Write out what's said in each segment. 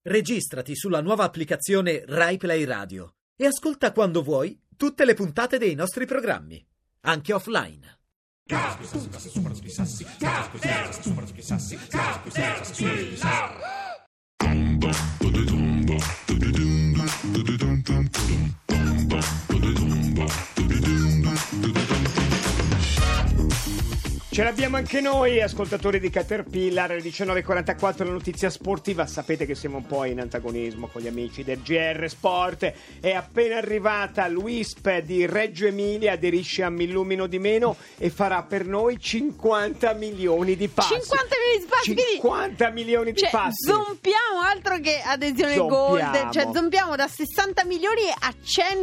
Registrati sulla nuova applicazione Rai Play Radio e ascolta quando vuoi tutte le puntate dei nostri programmi, anche offline. Ce l'abbiamo anche noi, ascoltatori di Caterpillar, alle 19.44 la notizia sportiva. Sapete che siamo un po' in antagonismo con gli amici del GR Sport. È appena arrivata l'UISP di Reggio Emilia, aderisce a Mi Illumino di Meno e farà per noi 50 milioni di passi. 50 milioni di passi, 50 milioni di passi. Zompiamo, altro che adesione gold, cioè zompiamo da 60 milioni a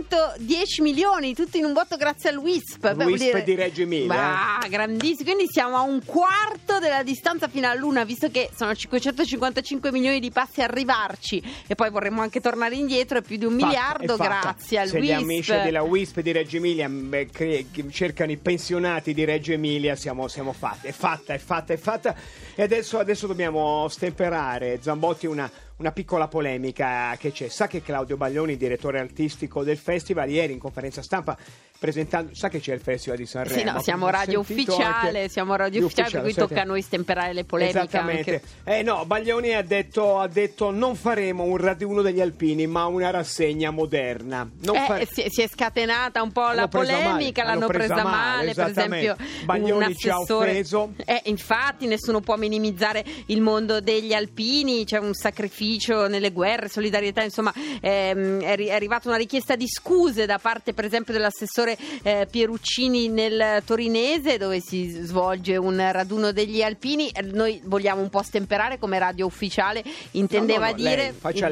110 milioni, tutto in un botto grazie all'UISP. L'UISP di Reggio Emilia. Grandissimo, quindi siamo a un quarto della distanza fino a Luna, visto che sono 555 milioni di passi a arrivarci e poi vorremmo anche tornare indietro, è più di 1 miliardo grazie al Se WISP. gli amici della WISP di Reggio Emilia cercano i pensionati di Reggio Emilia, siamo fatti. È fatta. E adesso dobbiamo stemperare, Zambotti, una piccola polemica che c'è. Sa che Claudio Baglioni, direttore artistico del festival, ieri in conferenza stampa presentando, sa che c'è il Festival di Sanremo? Sì, no, siamo radio ufficiale, per cui tocca a noi stemperare le polemiche. Esattamente. Anche. Baglioni ha detto non faremo un raduno degli alpini, ma una rassegna moderna. Si è scatenata un po' la polemica, l'hanno presa male, per esempio Baglioni ci ha offeso. Infatti nessuno può minimizzare il mondo degli alpini, c'è un sacrificio nelle guerre, solidarietà, insomma è arrivata una richiesta di scuse da parte per esempio dell'assessore Pieruccini nel Torinese, dove si svolge un raduno degli alpini. Noi vogliamo un po' stemperare come radio ufficiale, intendeva dire. Faccia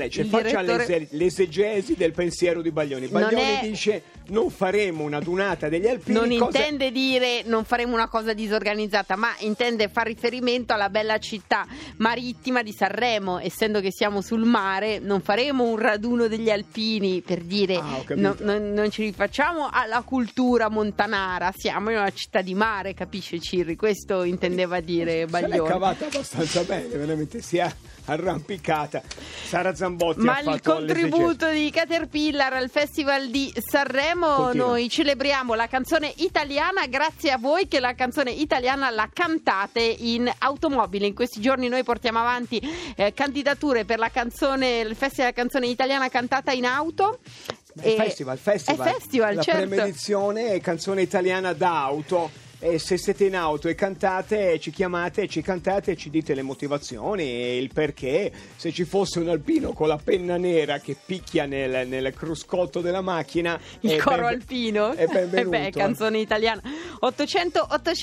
l'esegesi del pensiero di Baglioni. Baglioni dice non faremo una dunata degli alpini. Non intende dire non faremo una cosa disorganizzata, ma intende far riferimento alla bella città marittima di Sanremo. Essendo che siamo sul mare, non faremo un raduno degli alpini per dire non ci rifacciamo alla cultura montanara, siamo in una città di mare, capisce Cirri? Questo intendeva dire Baglioni. Se l'è cavata abbastanza bene, veramente si è arrampicata. Sara Zambotti ma il contributo di Caterpillar al Festival di Sanremo. Noi celebriamo la canzone italiana grazie a voi che la canzone italiana la cantate in automobile. In questi giorni noi portiamo avanti candidature per il Festival della canzone italiana cantata in auto. Festival, la certo. Prima edizione è canzone italiana d'auto. E se siete in auto e cantate, ci chiamate e ci cantate e ci dite le motivazioni e il perché. Se ci fosse un alpino con la penna nera che picchia nel cruscotto della macchina, il coro alpino è benvenuto. Canzone italiana. 800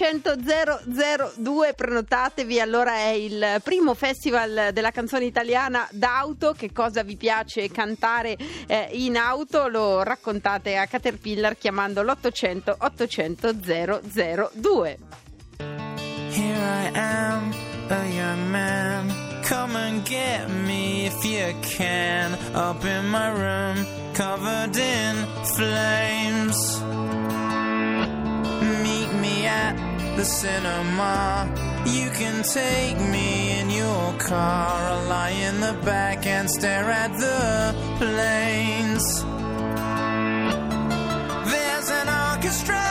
002, prenotatevi. Allora è il primo festival della canzone italiana d'auto. Che cosa vi piace cantare in auto? Lo raccontate a Caterpillar chiamando l'800 002. Here I am, a young man. Come and get me if you can. Up in my room, covered in flames. Meet me at the cinema. You can take me in your car. I'll lie in the back and stare at the planes. There's an orchestra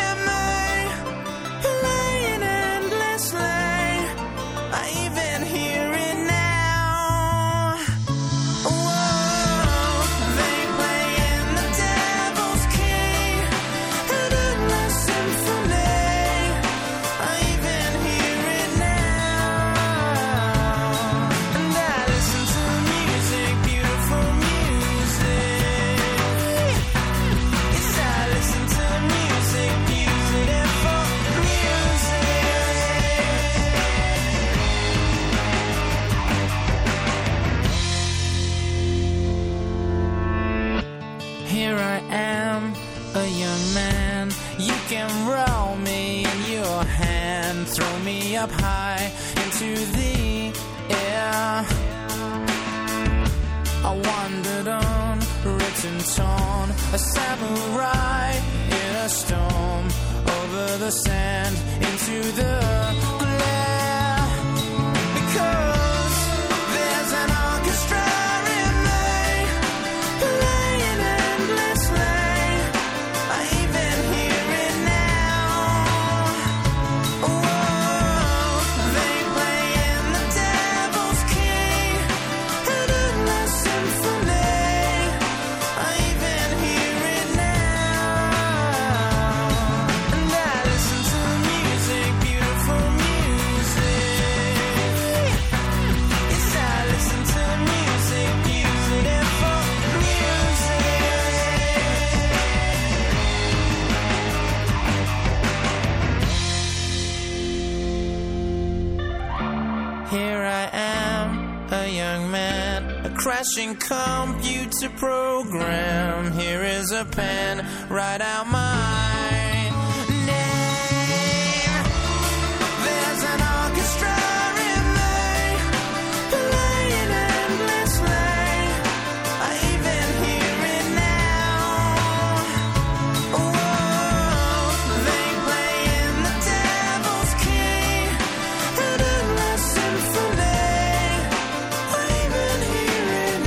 throw me up high into the air. I wandered on, written torn, a samurai in a storm, over the sand into the glare. Because there's an orchestra crashing computer program. Here is a pen, write out my name. There's an orchestra in me, playing endlessly. I even hear it now. Oh, they play in the devil's key, an endless symphony. I even hear it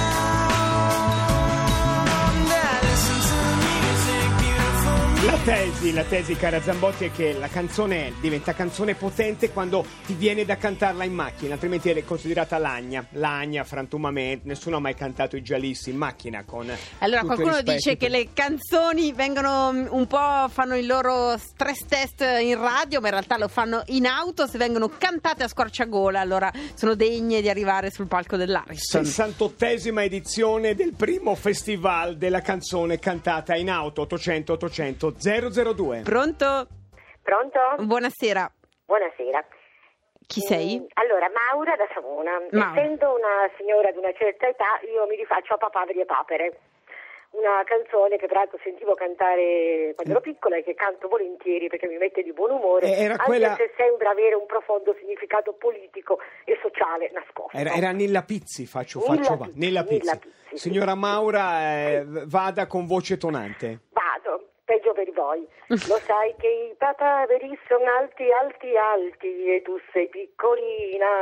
now. And I listen to music, beautiful. La tesi, cara Zambotti, è che la canzone diventa canzone potente quando ti viene da cantarla in macchina, altrimenti è considerata lagna, frantumamente. Nessuno ha mai cantato i Giallissi in macchina con Allora tutto il qualcuno rispetto dice che le canzoni vengono un po', fanno il loro stress test in radio, ma in realtà lo fanno in auto. Se vengono cantate a squarciagola, allora sono degne di arrivare sul palco dell'Ariston. 68esima edizione del primo festival della canzone cantata in auto. 800 800 002. Pronto? Pronto? Buonasera. Buonasera. Chi sei? Allora, Maura da Savona. Maura. Essendo una signora di una certa età, io mi rifaccio a Papaveri e Papere. Una canzone che peraltro sentivo cantare quando ero piccola e che canto volentieri perché mi mette di buon umore, Era anche quella- se sembra avere un profondo significato politico e sociale nascosto. Era Nilla Pizzi, Nilla Pizzi. Nilla Pizzi, sì. Signora Maura, vada con voce tonante. Vado, peggio per voi. Lo sai che i papaveri sono alti, alti, alti e tu sei piccolina,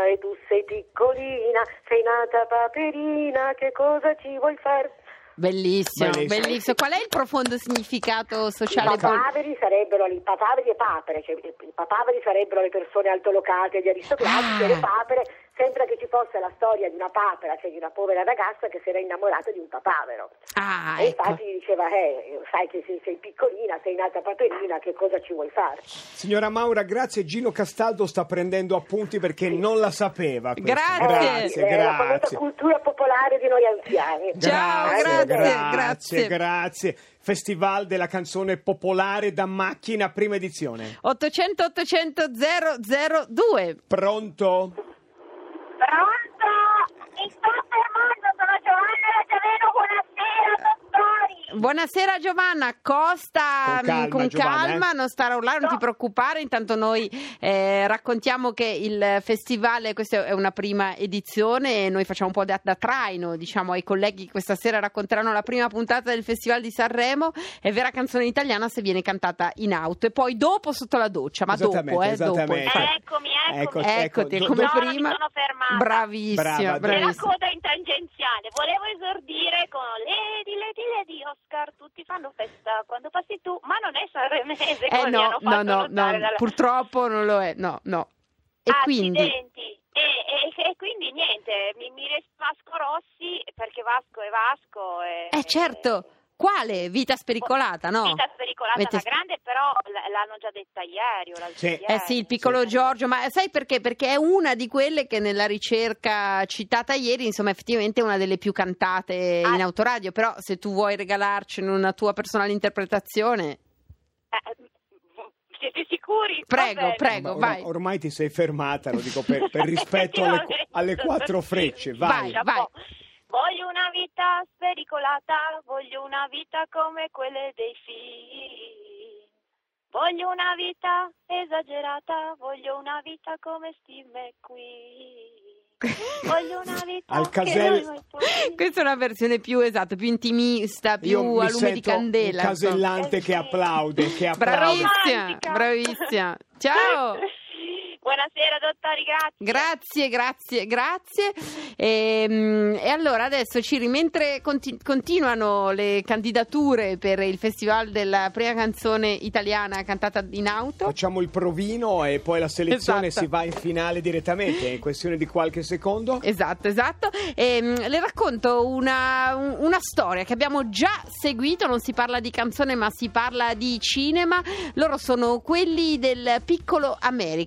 sei nata paperina, che cosa ci vuoi fare? Bellissimo, Bellissimo. bellissimo. Qual è il profondo significato I sociale? papaveri sarebbero i papaveri e papere, cioè i papaveri sarebbero le persone altolocate, gli aristocratici, e le papere sembra che ci fosse la storia di una papera, cioè di una povera ragazza che si era innamorata di un papavero. Ah, E ecco. infatti diceva, sai che sei piccolina, sei nata paperina, che cosa ci vuoi fare? Signora Maura, grazie. Gino Castaldo sta prendendo appunti perché non la sapeva questa. Grazie. È la famosa cultura popolare di noi anziani. Ciao, grazie. Festival della canzone popolare da macchina, prima edizione. 800 800 002. Pronto? Pronto? Mi sto fermando, sono Giovanna Ragiaveno, buonasera dottori. Buonasera Giovanna, accosta Con calma, Giovanna, non stare a urlare, non ti preoccupare, intanto noi raccontiamo che il festival, questa è una prima edizione e noi facciamo un po' da traino, diciamo, ai colleghi che questa sera racconteranno la prima puntata del Festival di Sanremo. È vera canzone italiana se viene cantata in auto e poi dopo sotto la doccia, ma Esattamente. dopo. Eccomi. Eccoti, come No, prima. mi sono fermata. Bravissima, Brava, Nella bravissima. coda in tangenziale. Volevo esordire con Lady Oscar, tutti fanno festa quando passi tu, ma non è sanremese come mi hanno fatto notare dalla... purtroppo non lo è, no. E quindi... Accidenti. E quindi niente, mi resta Vasco Rossi, perché Vasco è Vasco. certo, quale? Vita spericolata, no? Vita spericolata, Avete- la grande, però l'hanno già detta ieri o l'altro Sì. ieri. Sì, il piccolo Giorgio, ma sai perché? Perché è una di quelle che nella ricerca citata ieri, insomma, effettivamente è una delle più cantate in autoradio, però se tu vuoi regalarcene una tua personale interpretazione... Siete sicuri? Prego, Ma vai. ormai ti sei fermata, lo dico per rispetto alle quattro frecce. Vai. Vai. Voglio una vita spericolata, voglio una vita come quelle dei figli. Voglio una vita esagerata, voglio una vita come Steve McQueen. Voglio una vita Al che casello. non è Questa è una versione più esatta, più intimista, più Io mi a lume di sento candela. un insomma. casellante che applaude, Bravissima, Romantica. bravissima. Ciao. Buonasera dottori, Grazie. E allora adesso Ciri, mentre continuano le candidature per il festival della prima canzone italiana cantata in auto, Facciamo il provino e poi la selezione Esatto. si va in finale direttamente, in questione di qualche secondo. esatto. Le racconto una storia che abbiamo già seguito. Non si parla di canzone ma si parla di cinema. Loro sono quelli del Piccolo America, un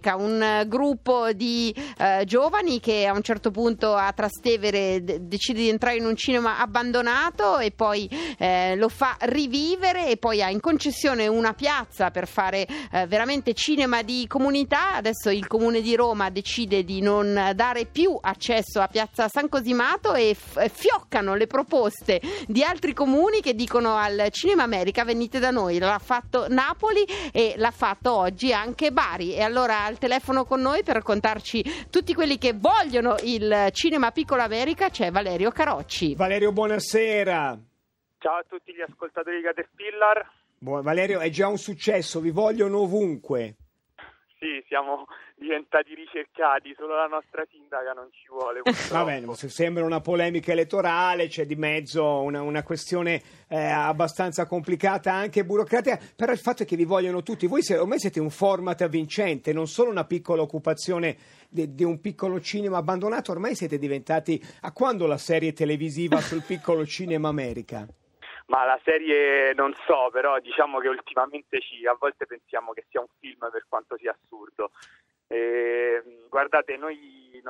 gruppo di giovani che a un certo punto a Trastevere decide di entrare in un cinema abbandonato e poi lo fa rivivere, e poi ha in concessione una piazza per fare veramente cinema di comunità. Adesso il Comune di Roma decide di non dare più accesso a Piazza San Cosimato e fioccano le proposte di altri comuni che dicono al Cinema America: venite da noi. L'ha fatto Napoli e l'ha fatto oggi anche Bari. E allora al telefono con noi per raccontarci tutti quelli che vogliono il Cinema Piccolo America c'è Valerio Carocci. Valerio, buonasera. Ciao a tutti gli ascoltatori di Caterpillar. Valerio, è già un successo, vi vogliono ovunque. Sì, siamo diventati ricercati, solo la nostra sindaca non ci vuole. Va bene, sembra una polemica elettorale, c'è di mezzo una questione abbastanza complicata, anche burocratica, però il fatto è che vi vogliono tutti. Voi ormai siete un format vincente, non solo una piccola occupazione di un piccolo cinema abbandonato, ormai siete diventati... A quando la serie televisiva sul piccolo Cinema America? Ma la serie non so, però diciamo che ultimamente a volte pensiamo che sia un film, per quanto sia assurdo. Guardate, noi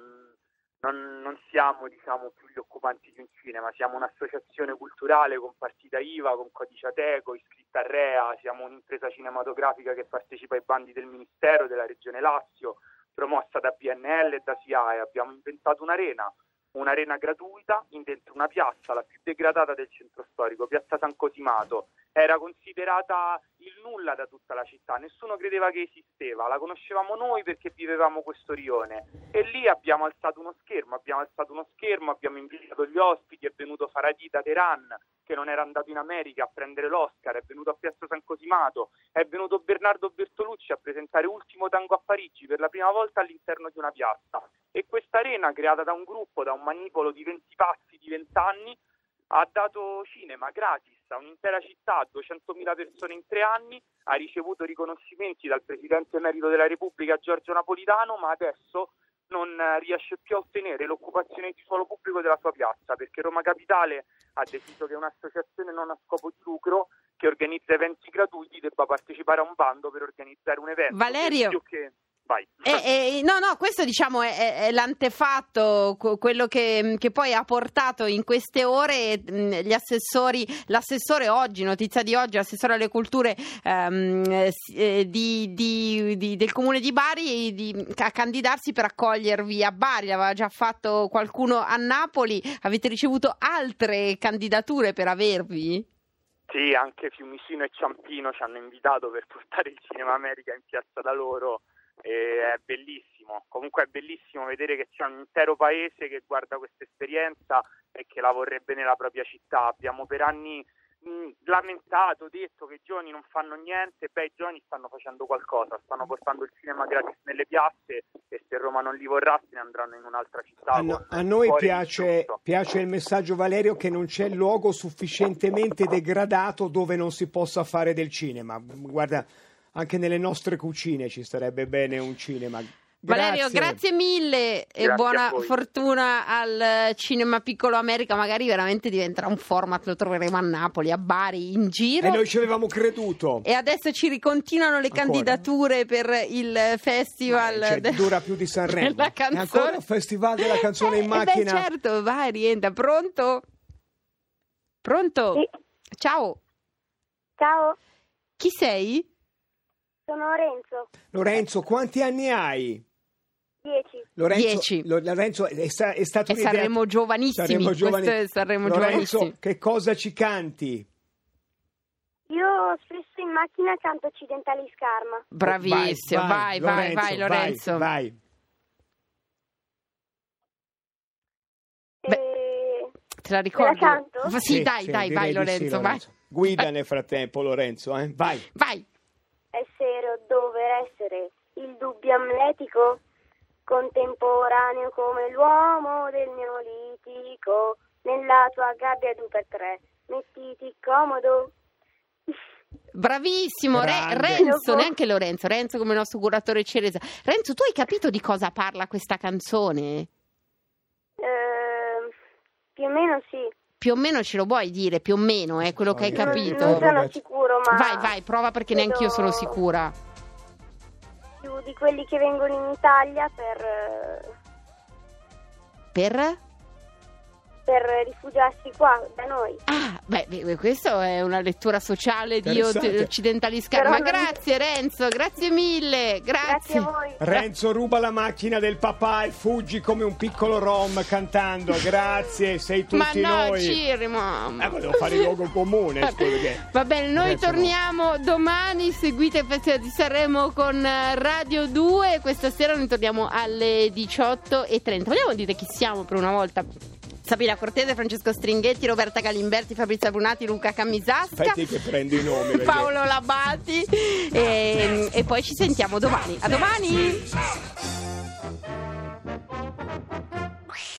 non siamo, diciamo, più gli occupanti di un cinema, siamo un'associazione culturale con partita IVA, con codice Ateco, iscritta a REA, siamo un'impresa cinematografica che partecipa ai bandi del Ministero, della Regione Lazio, promossa da BNL e da SIAE. Abbiamo inventato un'arena gratuita dentro una piazza, la più degradata del centro storico, Piazza San Cosimato. Era considerata il nulla da tutta la città, nessuno credeva che esisteva, la conoscevamo noi perché vivevamo questo rione, e lì abbiamo alzato uno schermo, abbiamo invitato gli ospiti, è venuto Farhadi da Teheran, che non era andato in America a prendere l'Oscar, è venuto a Piazza San Cosimato, è venuto Bernardo Bertolucci a presentare Ultimo Tango a Parigi per la prima volta all'interno di una piazza. E questa arena, creata da un gruppo, da un manipolo di 20 pazzi di 20 anni, ha dato cinema gratis a un'intera città, 200.000 persone in 3 anni, ha ricevuto riconoscimenti dal Presidente Emerito della Repubblica Giorgio Napolitano, ma adesso non riesce più a ottenere l'occupazione di suolo pubblico della sua piazza, perché Roma Capitale ha deciso che un'associazione non a scopo di lucro che organizza eventi gratuiti debba partecipare a un bando per organizzare un evento. Valerio, più che... Vai. No, questo diciamo è l'antefatto, quello che poi ha portato in queste ore gli assessori, l'assessore oggi, notizia di oggi, assessore alle culture del comune di Bari, a candidarsi per accogliervi a Bari. L'aveva già fatto qualcuno a Napoli, avete ricevuto altre candidature per avervi? Sì, anche Fiumicino e Ciampino ci hanno invitato per portare il Cinema America in piazza da loro. È bellissimo, comunque è bellissimo vedere che c'è un intero paese che guarda questa esperienza e che la vorrebbe nella propria città. Abbiamo per anni lamentato, detto che i giovani non fanno niente. I giovani stanno facendo qualcosa, stanno portando il cinema gratis nelle piazze, e se Roma non li vorrà se ne andranno in un'altra città. A noi piace il messaggio, Valerio, che non c'è luogo sufficientemente degradato dove non si possa fare del cinema. Guarda, anche nelle nostre cucine ci starebbe bene un cinema. Valerio, grazie mille e buona fortuna al Cinema Piccolo America. Magari veramente diventerà un format, lo troveremo a Napoli, a Bari, in giro. E noi ci avevamo creduto. E adesso ci ricontinuano le candidature per il festival. Dura più di Sanremo. La canzone. E ancora il festival della canzone in macchina. Certo, vai, rientra. Pronto? Sì. Ciao. Ciao, Chi sei? sono Lorenzo, quanti anni hai? 10. 10. Lorenzo è stato E saremo giovanissimi. Questo è Sanremo Lorenzo, giovanissimi. che cosa ci canti? Io spesso in macchina canto Occidentali Scarma. Bravissimo, vai Lorenzo. Vai. Te la ricordi? Te la canto? Sì, dai, vai Lorenzo, vai. Guida nel frattempo, Lorenzo, Vai. Essere o dover essere il dubbio amletico, contemporaneo come l'uomo del neolitico, nella tua gabbia 2x3, mettiti comodo. Bravissimo, Renzo, neanche Lorenzo come il nostro curatore Ceresa. Renzo, tu hai capito di cosa parla questa canzone? Più o meno sì. Più o meno ce lo vuoi dire, più o meno, è quello che hai capito? Non sono sicuro, ma... Vai, prova perché neanche io sono sicura. Più di quelli che vengono in Italia per rifugiarsi qua da noi. Ah, beh, questo è una lettura sociale di Interessante. occidentali scarsi. Ma grazie Renzo, grazie mille, Grazie a voi. Renzo ruba la macchina del papà e fuggi come un piccolo rom cantando grazie, sei tutti Ma no, noi. Ciri, mamma. Ma devo fare il luogo comune, scusa, che... Va bene, noi Grazie, torniamo domani, seguite il Festival di Sanremo con Radio 2, questa sera noi torniamo alle 18:30. Vogliamo dire chi siamo per una volta? Sabina Cortese, Francesco Stringhetti, Roberta Galimberti, Fabrizio Brunati, Luca Camisasca. Aspetti che prendo i nomi. Paolo Labati e poi ci sentiamo domani. A domani!